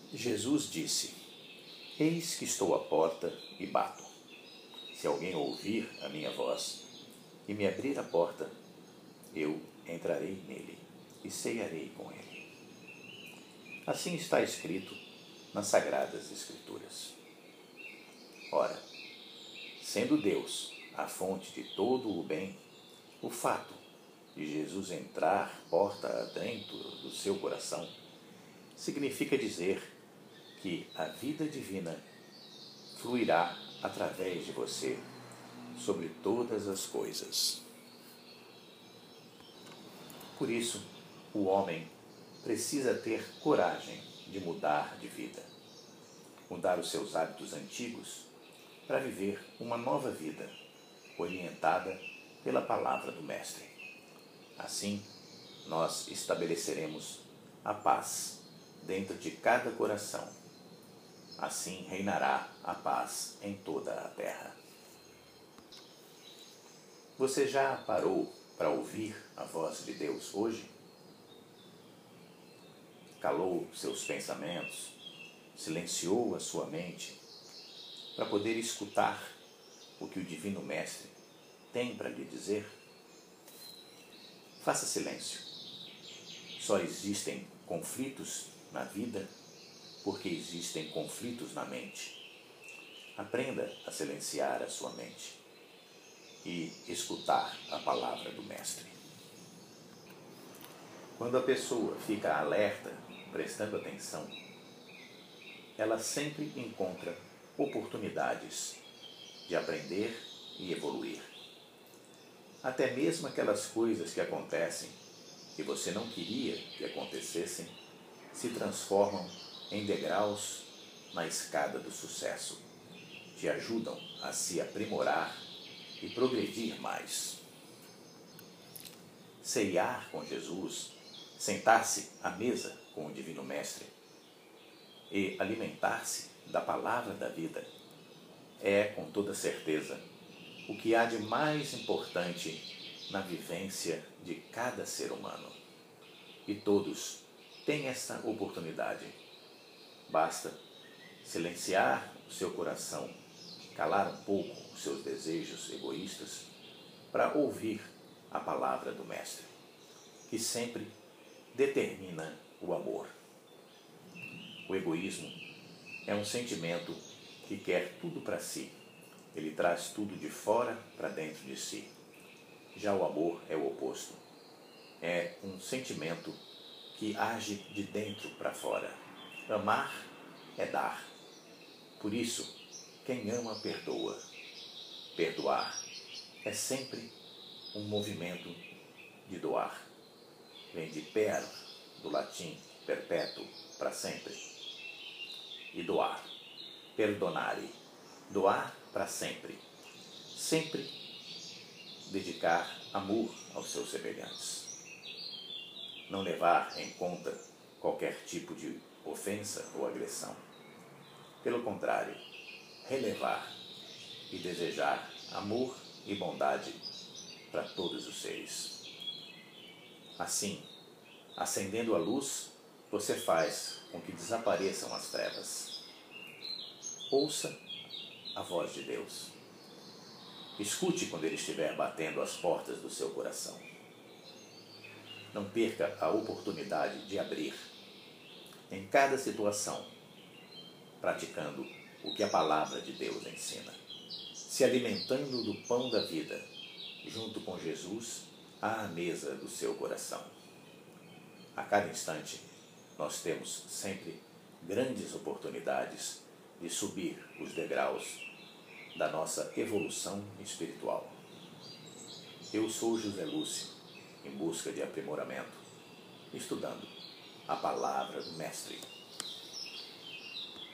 Jesus disse: Eis que estou à porta e bato. Se alguém ouvir a minha voz e me abrir a porta, eu entrarei nele e cearei com ele. Assim está escrito nas Sagradas Escrituras. Ora, sendo Deus a fonte de todo o bem, o fato de Jesus entrar porta adentro do seu coração significa dizer que a vida divina fluirá através de você sobre todas as coisas. Por isso, o homem precisa ter coragem de mudar de vida, mudar os seus hábitos antigos para viver uma nova vida, orientada pela palavra do Mestre. Assim, nós estabeleceremos a paz dentro de cada coração. Assim reinará a paz em toda a terra. Você já parou para ouvir a voz de Deus hoje? Calou seus pensamentos, silenciou a sua mente para poder escutar o que o Divino Mestre tem para lhe dizer? Faça silêncio. Só existem conflitos na vida porque existem conflitos na mente. Aprenda a silenciar a sua mente e escutar a palavra do Mestre. Quando a pessoa fica alerta, prestando atenção, ela sempre encontra oportunidades de aprender e evoluir. Até mesmo aquelas coisas que acontecem que você não queria que acontecessem se transformam em degraus na escada do sucesso. Te ajudam a se aprimorar e progredir mais. Ceiar com Jesus, sentar-se à mesa com o Divino Mestre e alimentar-se da palavra da vida é, com toda certeza, o que há de mais importante na vivência de cada ser humano. E todos têm essa oportunidade. Basta silenciar o seu coração, calar um pouco os seus desejos egoístas para ouvir a palavra do Mestre, que sempre determina o amor. O egoísmo é um sentimento que quer tudo para si. Ele traz tudo de fora para dentro de si. Já o amor é o oposto. É um sentimento que age de dentro para fora. Amar é dar. Por isso, quem ama perdoa. Perdoar é sempre um movimento de doar. Vem de per, do latim perpétuo, para sempre. E doar. Perdonare. Doar para sempre. Sempre dedicar amor aos seus semelhantes. Não levar em conta qualquer tipo de ofensa ou agressão. Pelo contrário, relevar e desejar amor e bondade para todos os seres. Assim, acendendo a luz, você faz com que desapareçam as trevas. Ouça a voz de Deus. Escute quando Ele estiver batendo as portas do seu coração. Não perca a oportunidade de abrir, em cada situação, praticando o que a palavra de Deus ensina, se alimentando do pão da vida, junto com Jesus, à mesa do seu coração. A cada instante, nós temos sempre grandes oportunidades de subir os degraus da nossa evolução espiritual. Eu sou José Lúcio, em busca de aprimoramento, estudando a palavra do Mestre.